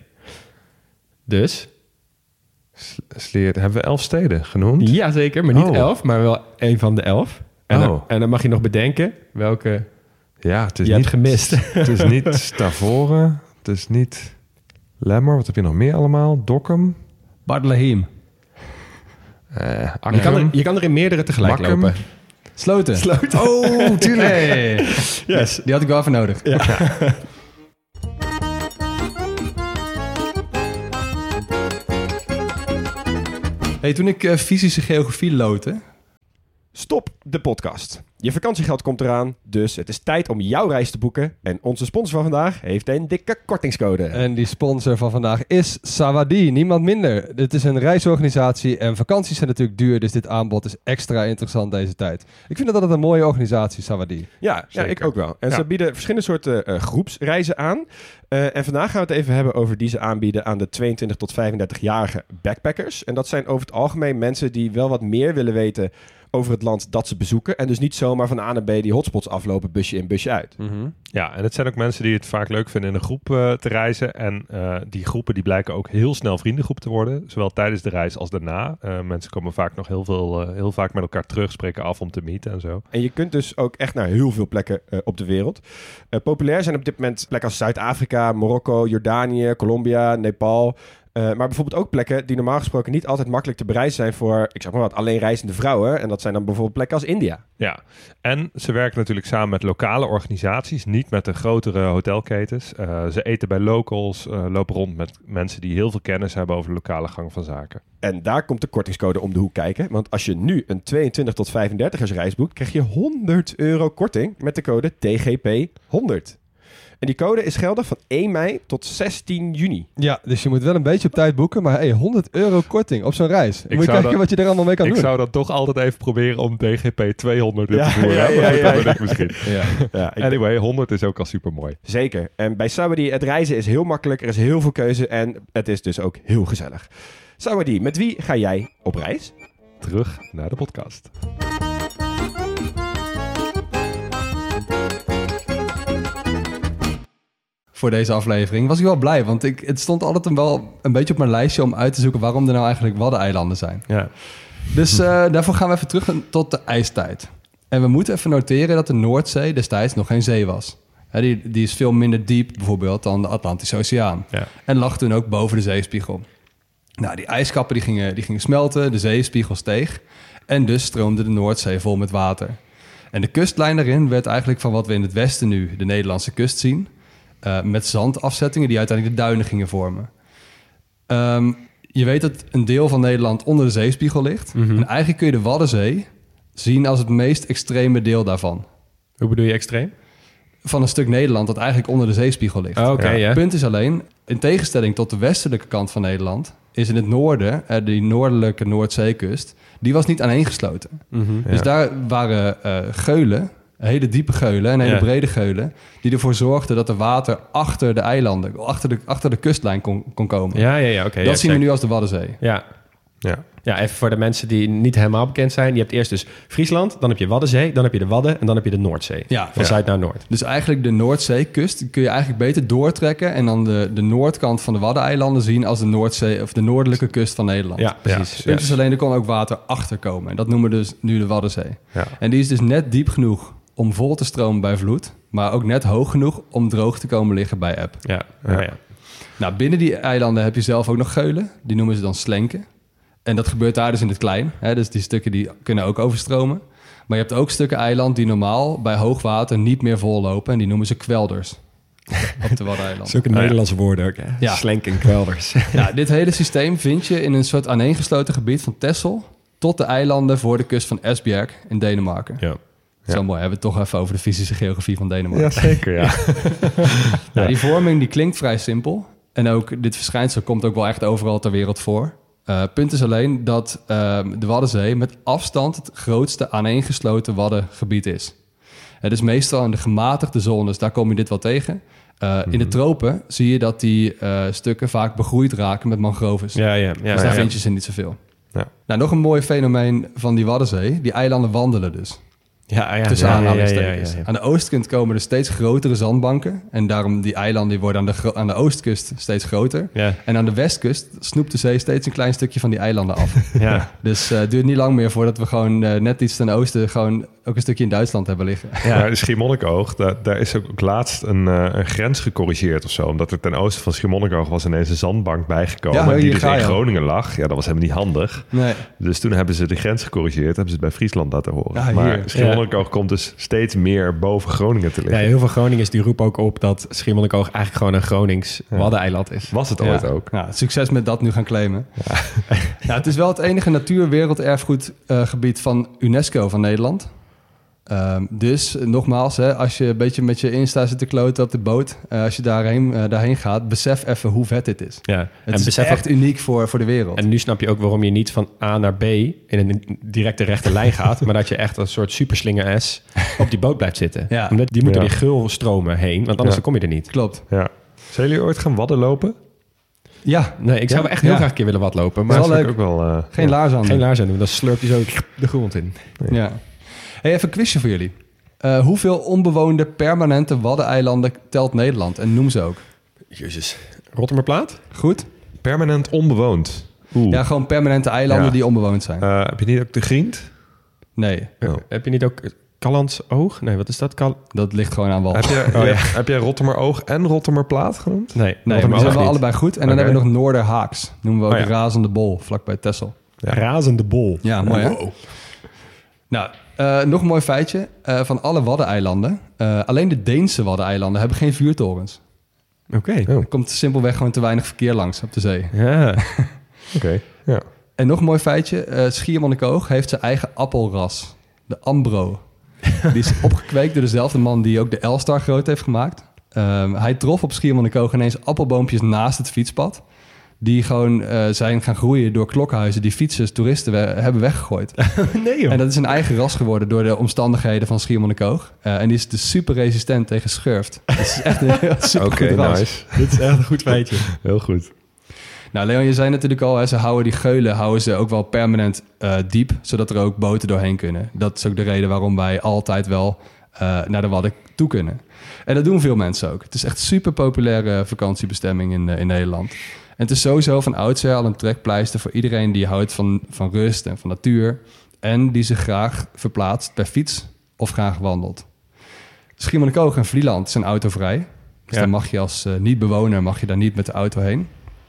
Dus? S- Sleert. Hebben we elf steden genoemd? Jazeker, maar niet Oh. elf, maar wel één van de elf. En, dan, Oh. en dan mag je nog bedenken welke Ja, het is je niet... hebt gemist. Het is niet Stavoren. Het is niet Lemmer. Wat heb je nog meer allemaal? Dokkum. Bartleheim. Uh, Je kan, er, je kan er in meerdere tegelijk Makkum. lopen. Sloten. Sloten. Oh, tuurlijk. Hey. Yes. Die had ik wel even nodig. Hey, toen ik uh, fysische geografie lootte... Stop! Stop de podcast. Je vakantiegeld komt eraan, dus het is tijd om jouw reis te boeken. En onze sponsor van vandaag heeft een dikke kortingscode. En die sponsor van vandaag is Sawadee, niemand minder. Dit is een reisorganisatie en vakanties zijn natuurlijk duur, dus dit aanbod is extra interessant deze tijd. Ik vind dat altijd een mooie organisatie, Sawadee. Ja, ja, ik ook wel. En ja. ze bieden verschillende soorten uh, groepsreizen aan. Uh, en vandaag gaan we het even hebben over die ze aanbieden aan de tweeëntwintig tot vijfendertig-jarige backpackers. En dat zijn over het algemeen mensen die wel wat meer willen weten over het land dat ze bezoeken. En dus niet zomaar van A naar B die hotspots aflopen, busje in, busje uit. Mm-hmm. Ja, en het zijn ook mensen die het vaak leuk vinden in een groep uh, te reizen. En uh, die groepen die blijken ook heel snel vriendengroep te worden. Zowel tijdens de reis als daarna. Uh, mensen komen vaak nog heel, veel, uh, heel vaak met elkaar terug, spreken af om te meeten en zo. En je kunt dus ook echt naar heel veel plekken uh, op de wereld. Uh, populair zijn op dit moment plekken als Zuid-Afrika, Marokko, Jordanië, Colombia, Nepal. Uh, maar bijvoorbeeld ook plekken die normaal gesproken niet altijd makkelijk te bereizen zijn voor, ik zeg maar wat, alleen reizende vrouwen. En dat zijn dan bijvoorbeeld plekken als India. Ja, en ze werken natuurlijk samen met lokale organisaties, niet met de grotere hotelketens. Uh, ze eten bij locals, uh, lopen rond met mensen die heel veel kennis hebben over de lokale gang van zaken. En daar komt de kortingscode om de hoek kijken. Want als je nu een tweeëntwintig tot vijfendertigers reis boekt, krijg je honderd euro korting met de code T G P honderd. En die code is geldig van één mei tot zestien juni. Ja, dus je moet wel een beetje op tijd boeken. Maar hey, honderd euro korting op zo'n reis. Ik moet je kijken dat, wat je er allemaal mee kan ik doen. Ik zou dan toch altijd even proberen om T G P tweehonderd in ja, te voeren. Ja, ja, ja, ja, ja. Ik misschien. Ja. Ja, anyway, honderd is ook al super mooi. Zeker. En bij Sawadee, het reizen is heel makkelijk. Er is heel veel keuze en het is dus ook heel gezellig. Sawadee, met wie ga jij op reis? Terug naar de podcast. Voor deze aflevering was ik wel blij, want ik, het stond altijd een, wel een beetje op mijn lijstje om uit te zoeken waarom er nou eigenlijk Waddeneilanden zijn. Ja. Dus uh, daarvoor gaan we even terug tot de ijstijd. En we moeten even noteren dat de Noordzee destijds nog geen zee was. He, die, die is veel minder diep bijvoorbeeld dan de Atlantische Oceaan. Ja. En lag toen ook boven de zeespiegel. Nou, die ijskappen die gingen, die gingen smelten, de zeespiegel steeg. En dus stroomde de Noordzee vol met water. En de kustlijn daarin werd eigenlijk van wat we in het westen nu de Nederlandse kust zien, Uh, met zandafzettingen die uiteindelijk de duinen gingen vormen. Um, je weet dat een deel van Nederland onder de zeespiegel ligt. Mm-hmm. En eigenlijk kun je de Waddenzee zien als het meest extreme deel daarvan. Hoe bedoel je extreem? Van een stuk Nederland dat eigenlijk onder de zeespiegel ligt. Oh, okay, ja. yeah. Het punt is alleen, in tegenstelling tot de westelijke kant van Nederland, is in het noorden, uh, die noordelijke Noordzeekust, die was niet aaneengesloten. Mm-hmm, dus ja. daar waren uh, geulen, hele diepe geulen en hele ja. brede geulen, die ervoor zorgden dat er water achter de eilanden, achter de, achter de kustlijn kon, kon komen. Ja, ja, ja, oké. Okay, dat ja, zien check. we nu als de Waddenzee. Ja. Ja. Ja, even voor de mensen die niet helemaal bekend zijn. Je hebt eerst dus Friesland, dan heb je Waddenzee, dan heb je de Wadden en dan heb je de Noordzee. Ja. Van ja. zuid naar noord. Dus eigenlijk de Noordzeekust kun je eigenlijk beter doortrekken en dan de, de noordkant van de Waddeneilanden zien als de Noordzee of de noordelijke kust van Nederland. Ja, precies. Het punt is alleen, er kon ook water achter komen. En dat noemen we dus nu de Waddenzee. Ja. En die is dus net diep genoeg om vol te stromen bij vloed, maar ook net hoog genoeg om droog te komen liggen bij eb. Ja, ja. ja. Nou, binnen die eilanden heb je zelf ook nog geulen. Die noemen ze dan slenken. En dat gebeurt daar dus in het klein. Hè? Dus die stukken die kunnen ook overstromen. Maar je hebt ook stukken eiland die normaal bij hoogwater niet meer vollopen. En die noemen ze kwelders. Op de Waddeneilanden. Zulke oh, Nederlandse ja. woorden ook, hè? Ja. Slenk en kwelders. Ja, dit hele systeem vind je in een soort aaneengesloten gebied van Texel tot de eilanden voor de kust van Esbjerg in Denemarken. Ja. Zo ja. mooi, hebben we het toch even over de fysische geografie van Denemarken. Ja, zeker, ja. Nou, die vorming die klinkt vrij simpel. En ook dit verschijnsel komt ook wel echt overal ter wereld voor. Uh, punt is alleen dat uh, de Waddenzee met afstand het grootste aaneengesloten waddengebied is. Het is meestal in de gematigde zones, daar kom je dit wel tegen. Uh, mm-hmm. In de tropen zie je dat die uh, stukken vaak begroeid raken met mangroves. Ja, ja, ja, dus daar ja, ja. vind je ze niet zoveel. Ja. Nou, nog een mooi fenomeen van die Waddenzee. Die eilanden wandelen dus. Ja, ja, tussen ja, aanhalingstekens. ja, ja, ja. Aan de oostkant komen er steeds grotere zandbanken. En daarom die eilanden die worden aan de, gro- aan de oostkust steeds groter. Ja. En aan de westkust snoept de zee steeds een klein stukje van die eilanden af. Ja. Dus uh, het duurt niet lang meer voordat we gewoon uh, net iets ten oosten gewoon ook een stukje in Duitsland hebben liggen. Ja, ja, de Schiermonnikoog, daar, daar is ook laatst een, uh, een grens gecorrigeerd of zo. Omdat er ten oosten van Schiermonnikoog was ineens een zandbank bijgekomen. Ja, die dus in je. Groningen lag. Ja, dat was helemaal niet handig. Nee. Dus toen hebben ze de grens gecorrigeerd. Hebben ze het bij Friesland laten horen. Ja, maar Schiermonnikoog Schiermonnikoog komt dus steeds meer boven Groningen te Ja, liggen. heel veel Groningers die roepen ook op dat Schiermonnikoog eigenlijk gewoon een Gronings waddeneiland is. Was het ooit Ja. ook. Ja, succes met dat nu gaan claimen. Ja. Ja, het is wel het enige natuurwerelderfgoedgebied van UNESCO van Nederland. Um, dus uh, nogmaals, hè, als je een beetje met je Insta zit te kloten op de boot, uh, als je daarheen, uh, daarheen gaat, besef even hoe vet dit is. Ja. Het En is besef echt ook- uniek voor, voor de wereld. En nu snap je ook waarom je niet van A naar B in een directe rechte lijn gaat, maar dat je echt een soort superslinger S op die boot blijft zitten. Ja. Omdat die moeten Ja. die gulstromen heen, want anders Ja. kom je er niet. Klopt. Ja. Zijn jullie ooit gaan wadden lopen? Ja, Nee, ik zou Ja. echt heel Ja. graag een keer willen wadlopen, Maar maar wel Dat leuk. vind ik ook wel... eh, geen ja. laars aan. geen laars aan doen. Dan slurpt hij zo de grond in. Ja. Hey, even een quizje voor jullie. Uh, hoeveel onbewoonde permanente waddeneilanden telt Nederland? En noem ze ook. Jezus. Rottermerplaat? Goed? Permanent onbewoond. Oeh. Ja, gewoon permanente eilanden Ja. die onbewoond zijn. Eh, heb je niet ook de Griend? Nee, Oh. Heb je niet ook Callands Oog? Nee, wat is dat? Kal dat ligt gewoon aan wal. Heb, je, Oh, ja. heb jij Rottermeroog en Rottermerplaat genoemd? nee, Nee, maar die Rottermeroog zijn wel niet. allebei goed. En dan Oké. hebben we nog Noorderhaaks. Noemen we ook Oh ja. Razende Bol, vlakbij Texel. Razende bol. Ja, mooi hè? Nou, eh, nog een mooi feitje. Uh, van alle Waddeneilanden, uh, alleen de Deense Waddeneilanden hebben geen vuurtorens. Oké. Oh. Er komt simpelweg gewoon te weinig verkeer langs op de zee. Ja. Oké, ja. En nog een mooi feitje. Uh, Schiermonnikoog heeft zijn eigen appelras. De Ambro. Die is opgekweekt door dezelfde man die ook de Elstar groot heeft gemaakt. Um, hij trof op Schiermonnikoog ineens appelboompjes naast het fietspad. Die gewoon uh, zijn gaan groeien door klokhuizen die fietsers, toeristen we- hebben weggegooid. Nee joh. En dat is een eigen ras geworden door de omstandigheden van Schiermonnikoog. Uh, en die is dus super resistent tegen schurft. Dat is echt een heel super Oké, goed ras. nice. Dit is echt een goed feitje. Heel goed. Nou, Leon, je zei natuurlijk al, hè, ze houden die geulen houden ze ook wel permanent uh, diep, zodat er ook boten doorheen kunnen. Dat is ook de reden waarom wij altijd wel uh, naar de Wadden toe kunnen. En dat doen veel mensen ook. Het is echt een super populaire vakantiebestemming in, uh, in Nederland. En het is sowieso van oudsher al een trekpleister voor iedereen die houdt van, van rust en van natuur. En die zich graag verplaatst per fiets of graag wandelt. Schiermonnikoog en Vlieland zijn autovrij. Dus Ja. dan mag je als uh, niet-bewoner mag je daar niet met de auto heen.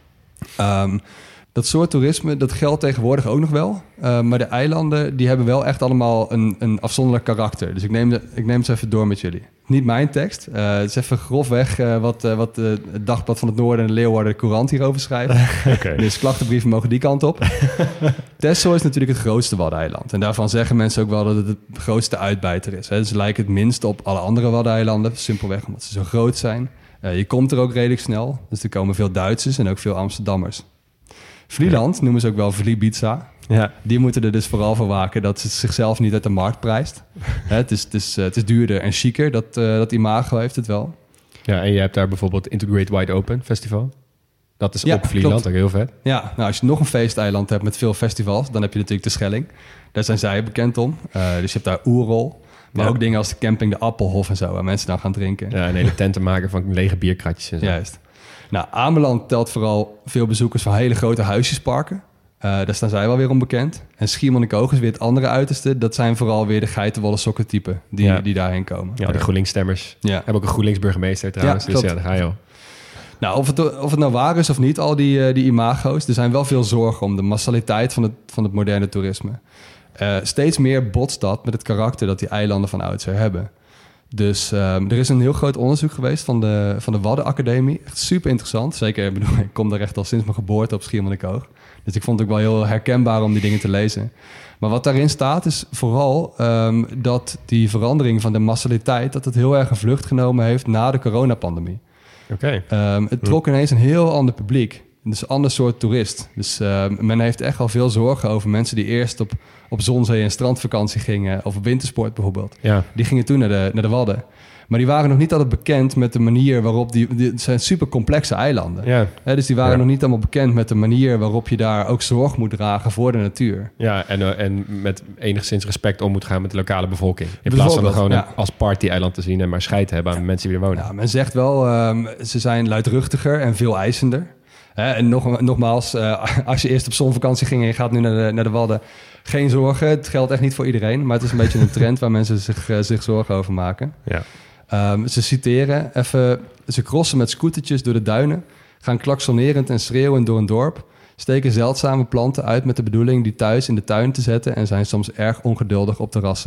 Um, dat soort toerisme, dat geldt tegenwoordig ook nog wel. Uh, maar de eilanden, die hebben wel echt allemaal een, een afzonderlijk karakter. Dus ik neem, de, ik neem het eens even door met jullie. Niet mijn tekst. Uh, het is even grofweg uh, wat, uh, wat uh, het Dagblad van het Noorden en de Leeuwarden de Courant hierover schrijven. Oké. Dus klachtenbrieven mogen die kant op. Texel is natuurlijk het grootste Waddeneiland. En daarvan zeggen mensen ook wel dat het de grootste uitbijter is. Hè. Dus ze lijken het minst op alle andere Waddeneilanden. Simpelweg omdat ze zo groot zijn. Uh, je komt er ook redelijk snel. Dus er komen veel Duitsers en ook veel Amsterdammers. Vlieland noemen ze ook wel Vlibiza. Ja. Die moeten er dus vooral voor waken dat ze zichzelf niet uit de markt prijst. Hè, het, is, het, is, uh, het is duurder en chiquer. Dat, uh, dat imago heeft het wel. Ja, en je hebt daar bijvoorbeeld Integrate Wide Open Festival. Dat is Ja, op Vlieland, klopt. ook heel vet. Ja, nou, als je nog een feesteiland hebt met veel festivals, dan heb je natuurlijk de Schelling. Daar zijn zij bekend om. Uh, dus je hebt daar Oerol. Maar Ja. ook dingen als de camping de Appelhof en zo, waar mensen dan gaan drinken. Ja, en hele tenten maken van lege bierkratjes en zo. Juist. Nou, Ameland telt vooral veel bezoekers van hele grote huisjesparken. Uh, daar staan zij wel weer onbekend. En Schiermonnikoog is weer het andere uiterste. Dat zijn vooral weer de geitenwolle sokken typen die, Ja. die daarheen komen. Ja, de GroenLinks-stemmers. Ja. Hebben ook een GroenLinks-burgemeester trouwens. Ja, dus klopt. ja, daar ga je al. Nou, of het, of het nou waar is of niet, al die, uh, die imago's... er zijn wel veel zorgen om de massaliteit van het, van het moderne toerisme. Uh, steeds meer botst dat met het karakter dat die eilanden van oudsher hebben. Dus um, er is een heel groot onderzoek geweest van de, van de Waddenacademie. Echt super interessant. Zeker, ik bedoel, ik kom daar echt al sinds mijn geboorte op Schiermonnikoog. Dus ik vond het ook wel heel herkenbaar om die dingen te lezen. Maar wat daarin staat is vooral um, dat die verandering van de massaliteit... dat het heel erg een vlucht genomen heeft na de coronapandemie. Oké. Um, het trok ineens een heel ander publiek. Dus een ander soort toerist. Dus uh, men heeft echt al veel zorgen over mensen die eerst op, op zonzee- en strandvakantie gingen. Of op wintersport bijvoorbeeld. Ja. Die gingen toen naar de, naar de Wadden. Maar die waren nog niet altijd bekend met de manier waarop... die, die het zijn super complexe eilanden. Ja. Hè, dus die waren Ja. nog niet allemaal bekend met de manier waarop je daar ook zorg moet dragen voor de natuur. Ja, en, uh, en met enigszins respect om moet gaan met de lokale bevolking. In plaats van Bijvoorbeeld, gewoon ja. een als party-eiland te zien en maar scheid te hebben aan mensen die er wonen. Ja, men zegt wel, um, ze zijn luidruchtiger en veel eisender. Hè, en nog, nogmaals, uh, als je eerst op zonvakantie ging en je gaat nu naar de, naar de Wadden... geen zorgen, het geldt echt niet voor iedereen. Maar het is een beetje een trend waar mensen zich, uh, zich zorgen over maken. Ja. Um, ze citeren even... Ze crossen met scootertjes door de duinen... gaan klaksonerend en schreeuwend door een dorp... steken zeldzame planten uit met de bedoeling... die thuis in de tuin te zetten... en zijn soms erg ongeduldig op terrassen.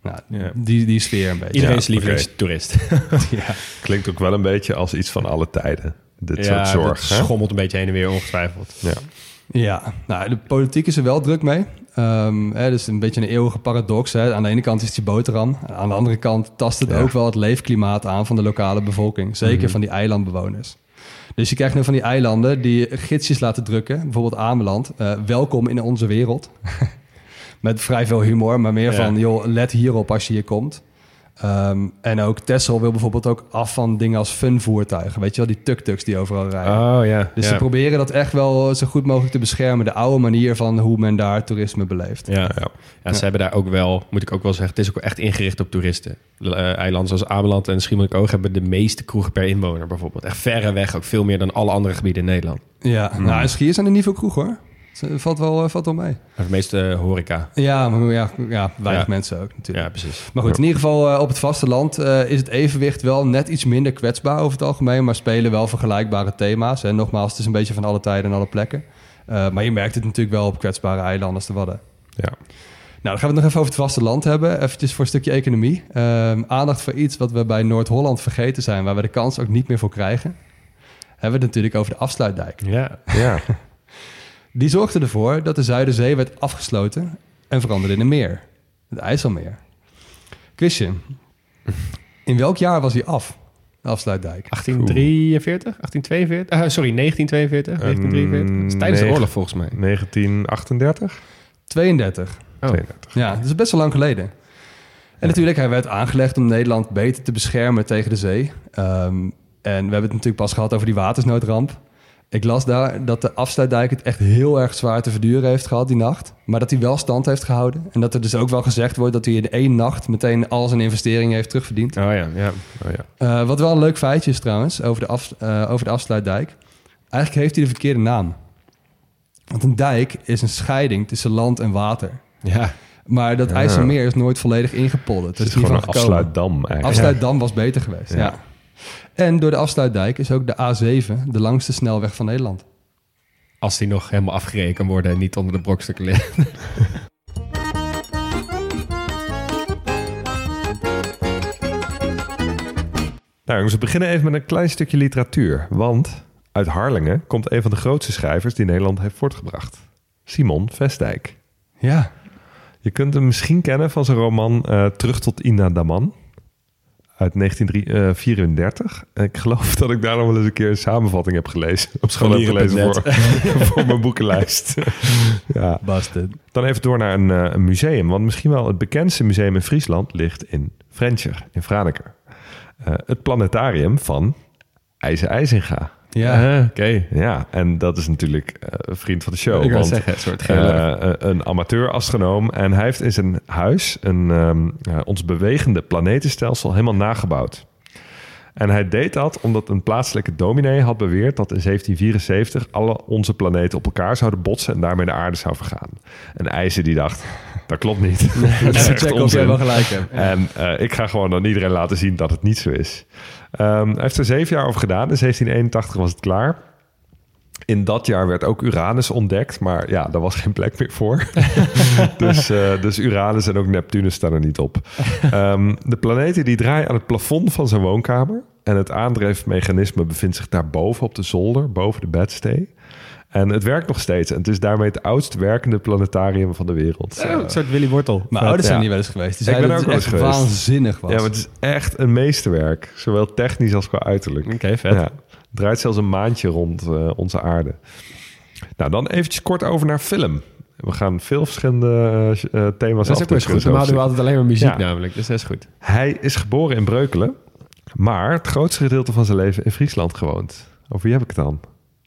Nou, Ja. die, die sfeer een beetje. Iedereen is Ja, oké. lievelingstoerist. Ja. Klinkt ook wel een beetje als iets van alle tijden. Dit Ja, soort zorg. dat hè? schommelt een beetje heen en weer, ongetwijfeld. Ja. Ja, nou, de politiek is er wel druk mee. Um, hè, dus een beetje een eeuwige paradox. Hè. Aan de ene kant is het je boterham. Aan de andere kant tast het Ja. ook wel het leefklimaat aan van de lokale bevolking. Zeker Mhm. van die eilandbewoners. Dus je krijgt nu van die eilanden die gidsjes laten drukken. Bijvoorbeeld Ameland. Uh, welkom in onze wereld. Met vrij veel humor, maar meer Ja. van... joh, let hierop als je hier komt. Um, en ook Texel wil bijvoorbeeld ook af van dingen als funvoertuigen. Weet je wel, die tuk-tuks die overal rijden. Oh ja. Dus ja. ze proberen dat echt wel zo goed mogelijk te beschermen. De oude manier van hoe men daar toerisme beleeft. Ja. Ja. Ja, ze hebben daar ook wel, moet ik ook wel zeggen, het is ook echt ingericht op toeristen. Uh, eilanden zoals Ameland en Schiermonnikoog hebben de meeste kroegen per inwoner bijvoorbeeld. Echt verreweg ook veel meer dan alle andere gebieden in Nederland. Ja, nou in Schier zijn er niet veel kroegen hoor. Het valt wel, valt wel mee. Maar de meeste uh, horeca. Ja, maar ja, ja weinig Ja. mensen ook natuurlijk. Ja, precies. Maar goed, in ieder geval uh, op het vasteland uh, is het evenwicht wel net iets minder kwetsbaar over het algemeen. Maar spelen wel vergelijkbare thema's. En nogmaals, het is een beetje van alle tijden en alle plekken. Uh, maar je merkt het natuurlijk wel op kwetsbare eilanden als de Wadden. Ja. Nou, dan gaan we het nog even over het vasteland hebben. Eventjes voor een stukje economie. Um, aandacht voor iets wat we bij Noord-Holland vergeten zijn... waar we de kans ook niet meer voor krijgen. Hebben we het natuurlijk over de afsluitdijk. Ja. Ja. Die zorgde ervoor dat de Zuiderzee werd afgesloten... en veranderde in een meer. Het IJsselmeer. Quizje. In welk jaar was die af, de afsluitdijk? achttien drieënveertig? achttien tweeënveertig? Uh, sorry, negentien tweeënveertig? negentien drieënveertig? Dat is tijdens de negen- oorlog volgens mij. negentien achtendertig? tweeëndertig. Oh. tweeëndertig. Ja, dat is best wel lang geleden. En natuurlijk, hij werd aangelegd om Nederland beter te beschermen tegen de zee. Um, en we hebben het natuurlijk pas gehad over die watersnoodramp. Ik las daar dat de afsluitdijk het echt heel erg zwaar te verduren heeft gehad die nacht. Maar dat hij wel stand heeft gehouden. En dat er dus ook wel gezegd wordt dat hij in één nacht meteen al zijn investeringen heeft terugverdiend. Oh ja, ja. Oh, ja. Uh, wat wel een leuk feitje is trouwens over de, af, uh, over de afsluitdijk. Eigenlijk heeft hij de verkeerde naam. Want een dijk is een scheiding tussen land en water. Ja. Maar dat Ja. IJsselmeer is nooit volledig ingepolderd. Het Het is is niet gewoon van een gekomen. afsluitdam eigenlijk. Afsluitdam was beter geweest, ja. Ja. En door de afsluitdijk is ook de A zeven de langste snelweg van Nederland. Als die nog helemaal afgereden kan worden en niet onder de brokstukken ligt. Nou jongens, we beginnen even met een klein stukje literatuur. Want uit Harlingen komt een van de grootste schrijvers die Nederland heeft voortgebracht. Simon Vestdijk. Ja. Je kunt hem misschien kennen van zijn roman uh, Terug tot Ina Daman. Uit negentien vierendertig. En ik geloof dat ik daar nog wel eens een keer een samenvatting heb gelezen. Op school heb gelezen voor, voor mijn boekenlijst. Ja. Busted. Dan even door naar een, uh, een museum. Want misschien wel het bekendste museum in Friesland ligt in Vrentjer, in Franeker. Uh, het planetarium van IJze IJzinga. Ja. Uh, Oké. Okay. Ja, en dat is natuurlijk uh, een vriend van de show. Ik wou want, zeggen, een soort uh, een amateur-astronoom. En hij heeft in zijn huis een, um, uh, ons bewegende planetenstelsel helemaal nagebouwd. En hij deed dat omdat een plaatselijke dominee had beweerd dat in zeventien vierenzeventig alle onze planeten op elkaar zouden botsen en daarmee de aarde zou vergaan. En IJzer die dacht, dat klopt niet. Nee, dat is echt check of onzin. jij wel gelijk hebt. Ja. En uh, ik ga gewoon aan iedereen laten zien dat het niet zo is. Um, hij heeft er zeven jaar over gedaan. In zeventien eenentachtig was het klaar. In dat jaar werd ook Uranus ontdekt, maar ja, daar was geen plek meer voor. dus, uh, dus Uranus en ook Neptunus staan er niet op. Um, de planeten die draaien aan het plafond van zijn woonkamer. En het aandrijfmechanisme bevindt zich daarboven op de zolder, boven de bedstee. En het werkt nog steeds. En het is daarmee het oudst werkende planetarium van de wereld. Oh, een soort Willy Wortel. Mijn ouders zijn ja. niet wel eens geweest. Die Ik zeiden ben dat ook het wel eens echt geweest. waanzinnig was. Ja, maar het is echt een meesterwerk. Zowel technisch als qua uiterlijk. Oké, okay, vet. Ja, het draait zelfs een maandje rond uh, onze aarde. Nou, dan eventjes kort over naar film. We gaan veel verschillende uh, thema's dat is ook best goed. Normaal doen we altijd alleen maar muziek ja. namelijk. Dus dat is goed. Hij is geboren in Breukelen. Maar het grootste gedeelte van zijn leven in Friesland gewoond. Over wie heb ik het dan?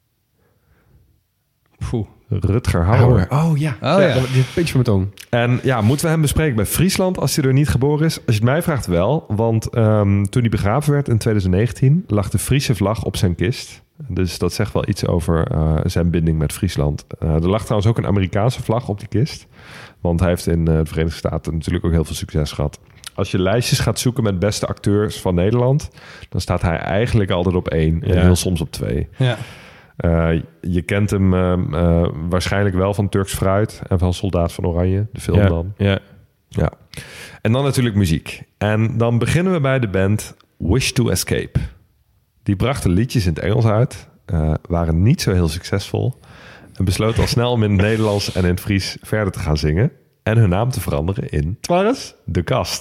Poeh. Rutger Hauer. Oh ja, oh, ja. ja. Dit puntje van mijn tong. En ja, moeten we hem bespreken bij Friesland als hij er niet geboren is? Als je het mij vraagt wel, want um, toen hij begraven werd in twintig negentien... lag de Friese vlag op zijn kist. Dus dat zegt wel iets over uh, zijn binding met Friesland. Uh, er lag trouwens ook een Amerikaanse vlag op die kist. Want hij heeft in uh, de Verenigde Staten natuurlijk ook heel veel succes gehad. Als je lijstjes gaat zoeken met beste acteurs van Nederland... dan staat hij eigenlijk altijd op één en ja. heel soms op twee. Ja. Uh, je kent hem uh, uh, waarschijnlijk wel van Turks Fruit en van Soldaat van Oranje, de film ja, dan. Ja. Ja. En dan natuurlijk muziek. En dan beginnen we bij de band Wish to Escape. Die brachten liedjes in het Engels uit, uh, waren niet zo heel succesvol en besloten al snel om in het Nederlands en in het Fries verder te gaan zingen en hun naam te veranderen in Twarres? De Kast.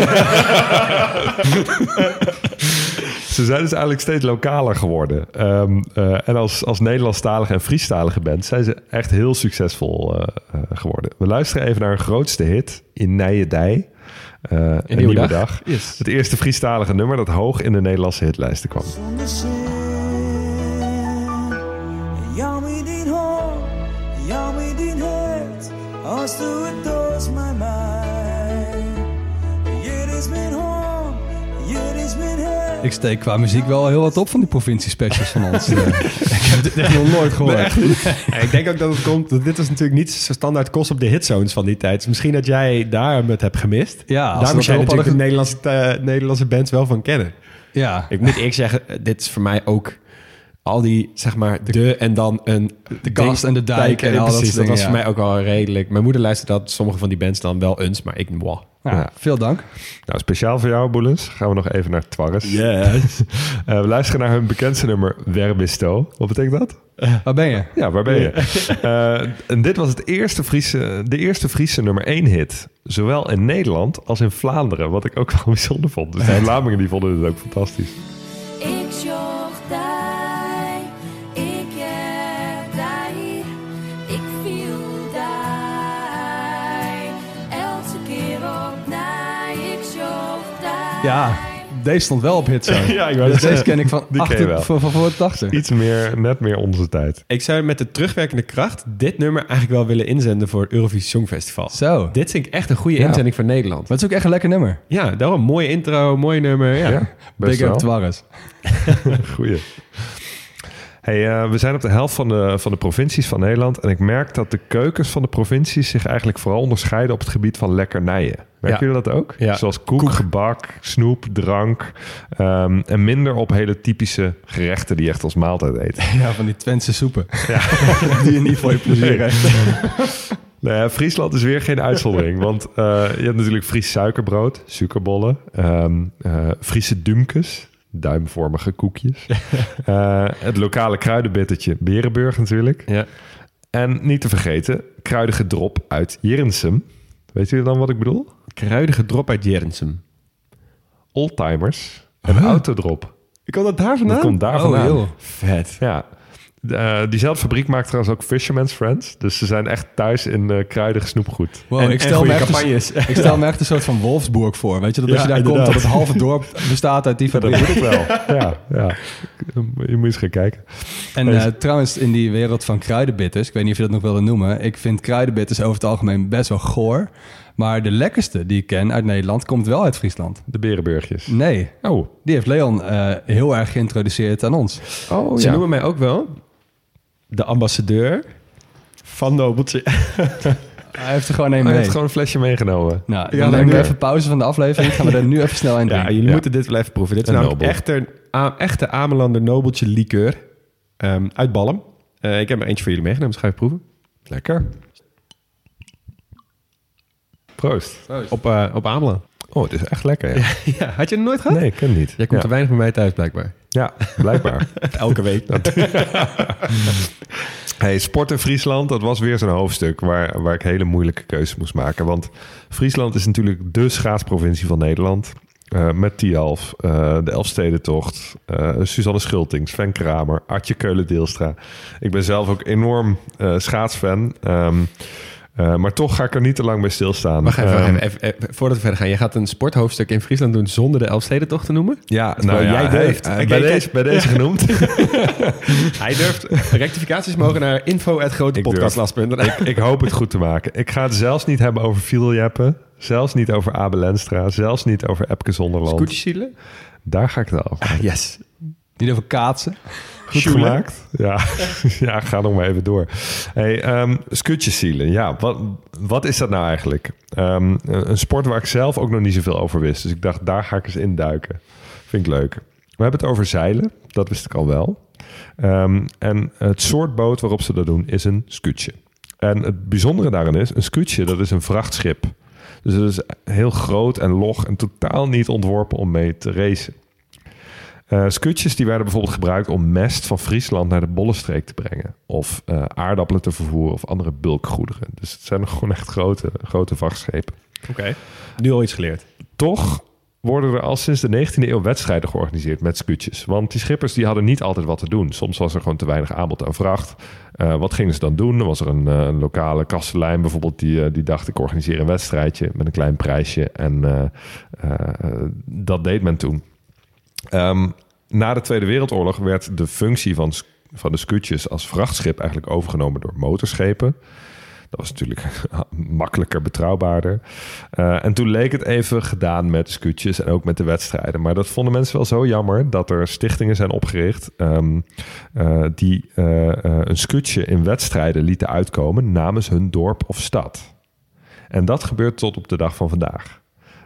Ze zijn dus eigenlijk steeds lokaler geworden. Um, uh, en als, als Nederlandstalige en Friestalige band zijn ze echt heel succesvol uh, uh, geworden. We luisteren even naar hun grootste hit, In Nijedij. Uh, een nieuwe, nieuwe dag. dag. Yes. Het eerste Friestalige nummer dat hoog in de Nederlandse hitlijsten kwam. Zonder zin, jou met die hoofd, jou met die hart, als du het doos mij mij. Hier is mijn hoofd, hier is mijn hart. Ik steek qua muziek wel heel wat op van die provincie-specials van ons. Ik heb dit echt nog nooit gehoord. Nee, ja, ik denk ook dat het komt... Dat dit was natuurlijk niet zo standaard kost op de hitzones van die tijd. Dus misschien dat jij daar het hebt gemist. Ja, daar moet jij natuurlijk hadden... de Nederlandse, uh, Nederlandse bands wel van kennen. Ja. Ik moet eerlijk zeggen, dit is voor mij ook... Al die, zeg maar, de, de en dan een... De Kast en de Dijk, dijk en, en al precies, dat soort dat dingen, was ja. voor mij ook wel redelijk. Mijn moeder luistert dat sommige van die bands dan wel eens, maar ik... Wow. Ja, ja. Veel dank. Nou, speciaal voor jou, Boelens, gaan we nog even naar Twarres. Yes. uh, we luisteren naar hun bekendste nummer, Werbisto. Wat betekent dat? Uh, waar ben je? Ja, waar ben je? uh, en dit was het eerste Friese, de eerste Friese nummer één hit. Zowel in Nederland als in Vlaanderen. Wat ik ook wel bijzonder vond. Dus de Vlamingen die vonden het ook fantastisch. Ik zocht daar, ik heb daar, ik viel daar, elke keer op naar, ik zocht daar. Ja, deze stond wel op hitzone. Ja, ik wou dus dat deze ken ik van, Die achter, ken je wel. van, van voor het achter. Iets meer, net meer onze tijd. Ik zou met de terugwerkende kracht dit nummer eigenlijk wel willen inzenden voor het Eurovisie Songfestival. Zo. Dit vind ik echt een goede Ja. inzending voor Nederland. Maar het is ook echt een lekker nummer. Ja, daarom. Mooie intro, mooi nummer. Ja. Ja, best Big up wel. Twarres. Goeie. Hey, uh, we zijn op de helft van de, van de provincies van Nederland. En ik merk dat de keukens van de provincies zich eigenlijk vooral onderscheiden op het gebied van lekkernijen. Merken Ja. jullie dat ook? Ja. Zoals koek, Koek. gebak, snoep, drank. Um, en minder op hele typische gerechten die je echt als maaltijd eten. Ja, van die Twentse soepen. Ja. Die je niet voor je plezier Nee. hebt. Nou ja, Friesland is weer geen uitzondering. Want uh, je hebt natuurlijk Fries suikerbrood, suikerbollen. Um, uh, Friese dumkes, duimvormige koekjes. uh, het lokale kruidenbittertje Berenburg natuurlijk. Ja. En niet te vergeten, kruidige drop uit Jerensum. Weet jullie dan wat ik bedoel? Kruidige drop uit Jerensum. Oldtimers en Huh? autodrop. Ik kan dat daar vandaan? Dat komt daar Oh, vandaan. joh. Vet. Ja. Uh, diezelfde fabriek maakt trouwens ook Fisherman's Friends. Dus ze zijn echt thuis in uh, kruidig snoepgoed. Wow, En- ik, en stel goede me echt campagnes. Een, ik stel me echt een soort van Wolfsburg voor. Weet je, dat als Ja, je daar inderdaad. komt, dat het halve dorp bestaat uit die Ja, dat fabriek. moet ook wel. Ja, ja. Je moet eens gaan kijken. En uh, trouwens, in die wereld van kruidenbitters, ik weet niet of je dat nog wilde noemen, ik vind kruidenbitters over het algemeen best wel goor. Maar de lekkerste die ik ken uit Nederland komt wel uit Friesland. De Berenburgjes. Nee, Oh, die heeft Leon uh, heel erg geïntroduceerd aan ons. oh Ze ja. noemen mij ook wel de ambassadeur van Nobeltje. Hij heeft er gewoon één Hij mee. heeft gewoon een flesje meegenomen. Nou, Ja, dan nemen we lekker. even pauze van de aflevering. Gaan we er nu even snel in Ja, drinken. jullie Ja. moeten dit wel even proeven. Dit is Een namelijk Nobel. echt een a- echte Amelander Nobeltje likeur um, uit Balm. Uh, ik heb er eentje voor jullie meegenomen, dus ga je proeven. Lekker. Proost. Op, uh, op Ameland. Oh, het is echt lekker. Ja. Ja, had je het nooit gehad? Nee, ik ken het niet. Jij komt ja. te weinig bij mij thuis, blijkbaar. Ja, blijkbaar. Elke week. Hey, sport in Friesland, dat was weer zo'n hoofdstuk waar, waar ik hele moeilijke keuzes moest maken. Want Friesland is natuurlijk de schaatsprovincie van Nederland. Uh, met Tialf, uh, de Elfstedentocht, uh, Suzanne Schulting, Sven Kramer, Artje Keulen-Deelstra. Ik ben zelf ook enorm uh, schaatsfan. Um, uh, maar toch ga ik er niet te lang bij stilstaan. Wacht even, Um, wacht even, even, even, voordat we verder gaan. Je gaat een sporthoofdstuk in Friesland doen zonder de Elfstedentocht te noemen? Ja, Terwijl nou ja, jij hij- durft. hij- Kijk, bij, kijk, deze, bij deze genoemd. Hij durft. Rectificaties mogen naar info at grotepodcastlas punt n l. ik, ik hoop het goed te maken. Ik ga het zelfs niet hebben over Vieljeppen. Zelfs niet over Abel Enstra. Zelfs niet over Epke Zonderland. Scootjesielen? Daar ga ik het over. Ah, yes. Niet over kaatsen. Goed Sjoelen? gemaakt? Ja. Ja, ga nog maar even door. Hey, um, skutjesielen. Ja, wat, wat is dat nou eigenlijk? Um, een sport waar ik zelf ook nog niet zoveel over wist. Dus ik dacht, daar ga ik eens induiken. Vind ik leuk. We hebben het over zeilen. Dat wist ik al wel. Um, en het soort boot waarop ze dat doen is een skutje. En het bijzondere daarin is, een skutje, dat is een vrachtschip. Dus het is heel groot en log en totaal niet ontworpen om mee te racen. Uh, scootjes die werden bijvoorbeeld gebruikt om mest van Friesland naar de Bollenstreek te brengen. Of uh, aardappelen te vervoeren of andere bulkgoederen. Dus het zijn gewoon echt grote, grote vrachtschepen. Oké, okay. Nu al iets geleerd. Toch worden er al sinds de negentiende eeuw wedstrijden georganiseerd met scootjes. Want die schippers die hadden niet altijd wat te doen. Soms was er gewoon te weinig aanbod aan vracht. Uh, wat gingen ze dan doen? Dan was er een, uh, een lokale kastelein bijvoorbeeld die, uh, die dacht ik organiseer een wedstrijdje met een klein prijsje. En uh, uh, dat deed men toen. Um, na de Tweede Wereldoorlog werd de functie van, van de scootjes als vrachtschip eigenlijk overgenomen door motorschepen. Dat was natuurlijk makkelijker, betrouwbaarder. Uh, en toen leek het even gedaan met scootjes en ook met de wedstrijden. Maar dat vonden mensen wel zo jammer dat er stichtingen zijn opgericht um, uh, die uh, uh, een scootje in wedstrijden lieten uitkomen namens hun dorp of stad. En dat gebeurt tot op de dag van vandaag.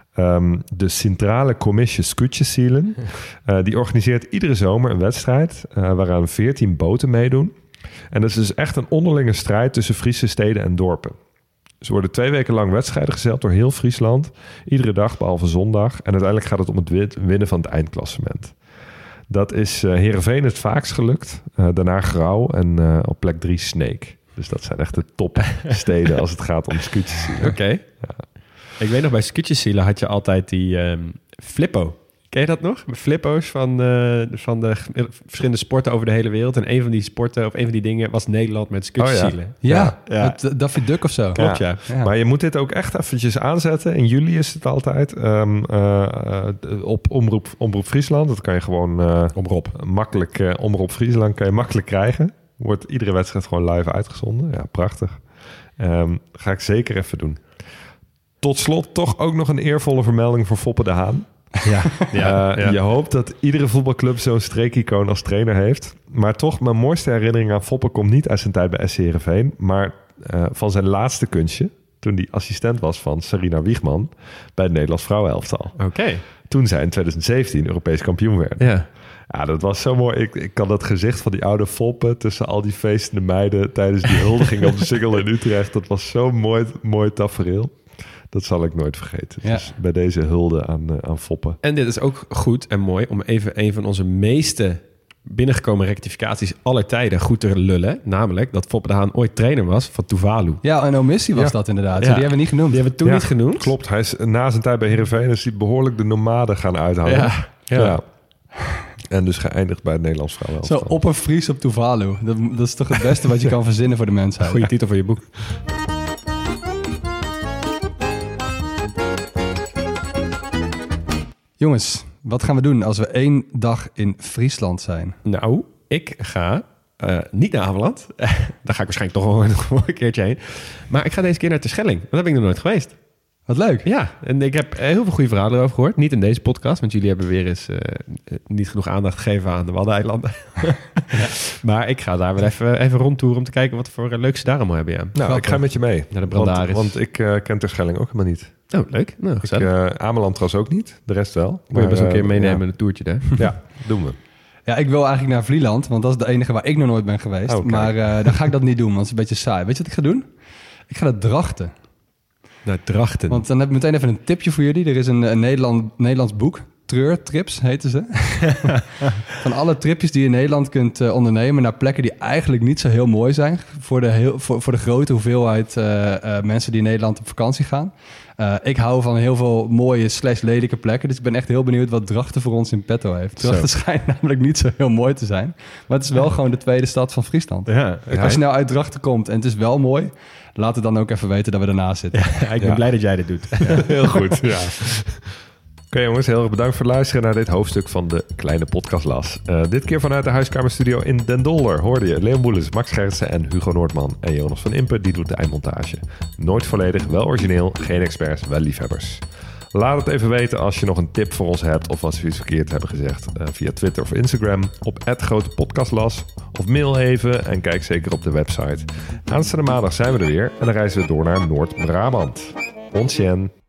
Um, de Centrale Commissie Scootjesielen, uh, die organiseert iedere zomer een wedstrijd uh, waaraan veertien boten meedoen. En dat is dus echt een onderlinge strijd tussen Friese steden en dorpen. Ze worden twee weken lang wedstrijden gezeld door heel Friesland. Iedere dag, behalve zondag. En uiteindelijk gaat het om het winnen van het eindklassement. Dat is uh, Heerenveen het vaakst gelukt. Uh, daarna Grauw en uh, op plek drie Sneek. Dus dat zijn echt de topsteden als het gaat om scootjesielen. Oké. Okay. Ja. Ik weet nog, bij scootjesielen had je altijd die um, Flippo. Ken je dat nog? Flippo's van, uh, van de verschillende sporten over de hele wereld. En een van die sporten of een van die dingen was Nederland met scootjesielen. Oh, ja, ja, ja. Met uh, Daffy Duck of zo. Klopt, ja. ja. Maar je moet dit ook echt eventjes aanzetten. In juli is het altijd. Um, uh, op Omroep, Omroep Friesland. Dat kan je gewoon uh, Omroep. makkelijk... Uh, Omroep Friesland kan je makkelijk krijgen. Wordt iedere wedstrijd gewoon live uitgezonden. Ja, prachtig. Um, ga ik zeker even doen. Tot slot toch ook nog een eervolle vermelding voor Foppe de Haan. Ja, ja, uh, ja. Je hoopt dat iedere voetbalclub zo'n streekicoon als trainer heeft. Maar toch, mijn mooiste herinnering aan Foppe komt niet uit zijn tijd bij S C Heerenveen, maar uh, van zijn laatste kunstje, toen hij assistent was van Sarina Wiegman bij het Nederlands vrouwenelftal. Oké. Okay. Toen zij in twintig zeventien Europees kampioen werden. Ja. Ja, dat was zo mooi. Ik, ik kan dat gezicht van die oude Foppe tussen al die feestende meiden tijdens die huldiging op de Singel in Utrecht. Dat was zo'n mooi, mooi tafereel. Dat zal ik nooit vergeten. Ja. Dus bij deze hulde aan, uh, aan Foppe. En dit is ook goed en mooi om even een van onze meeste binnengekomen rectificaties aller tijden goed te lullen. Namelijk dat Foppe de Haan ooit trainer was van Tuvalu. Ja, een omissie was ja. dat inderdaad. Ja. Die hebben we niet genoemd. Die hebben we toen ja, niet genoemd. Klopt. Hij is na zijn tijd bij Heerenveen is hij behoorlijk de nomaden gaan uithangen. Ja. Ja. ja. En dus geëindigd bij het Nederlands vrouwenelftal. Zo op een Fries op Tuvalu. Dat, dat is toch het beste wat je kan verzinnen voor de mensheid. Goeie titel voor je boek. Jongens, wat gaan we doen als we één dag in Friesland zijn? Nou, ik ga uh, niet naar Ameland. Daar ga ik waarschijnlijk toch wel nog een keertje heen. Maar ik ga deze keer naar Terschelling. Want daar ben ik nog nooit geweest. Wat leuk. Ja, en ik heb heel veel goede verhalen erover gehoord. Niet in deze podcast, want jullie hebben weer eens uh, niet genoeg aandacht gegeven aan de Waddeneilanden. Ja. Maar ik ga daar weer even, even rondtoeren om te kijken wat voor uh, leuks ze daar allemaal hebben. Ja. Nou, Grappig. ik ga met je mee. Naar de Brandaris. Want, want ik uh, ken Terschelling ook helemaal niet. Oh, leuk. Nou, ik, uh, Ameland trouwens ook niet. De rest wel. Moet je best uh, een keer meenemen ja. in een toertje daar. Ja, doen we. Ja, ik wil eigenlijk naar Vlieland, want dat is de enige waar ik nog nooit ben geweest. Okay. Maar uh, dan ga ik dat niet doen, want het is een beetje saai. Weet je wat ik ga doen? Ik ga naar Drachten. Naar Drachten. Want dan heb ik meteen even een tipje voor jullie. Er is een, een Nederland, Nederlands boek. Treurtrips heten ze. Van alle tripjes die je in Nederland kunt uh, ondernemen naar plekken die eigenlijk niet zo heel mooi zijn. Voor de, heel, voor, voor de grote hoeveelheid uh, uh, mensen die in Nederland op vakantie gaan. Uh, ik hou van heel veel mooie slash lelijke plekken. Dus ik ben echt heel benieuwd wat Drachten voor ons in petto heeft. Drachten schijnt namelijk niet zo heel mooi te zijn. Maar het is wel gewoon de tweede stad van Friesland. Ja, ja. Als je nou uit Drachten komt en het is wel mooi, laat het dan ook even weten dat we ernaast zitten. Ja, ik ben ja. blij dat jij dit doet. Ja. Heel goed, ja. Oké okay, jongens, heel erg bedankt voor het luisteren naar dit hoofdstuk van de Kleine Podcastlas. Uh, dit keer vanuit de huiskamerstudio in Den Dolder hoorde je Leon Boelens, Max Gerritsen en Hugo Noordman. En Jonas van Impe, die doet de eindmontage. Nooit volledig, wel origineel, geen experts, wel liefhebbers. Laat het even weten als je nog een tip voor ons hebt of als we iets verkeerd hebben gezegd uh, via Twitter of Instagram op at grote podcastlas of mail even en kijk zeker op de website. Aanstaande maandag zijn we er weer en dan reizen we door naar Noord-Brabant. Ontjen.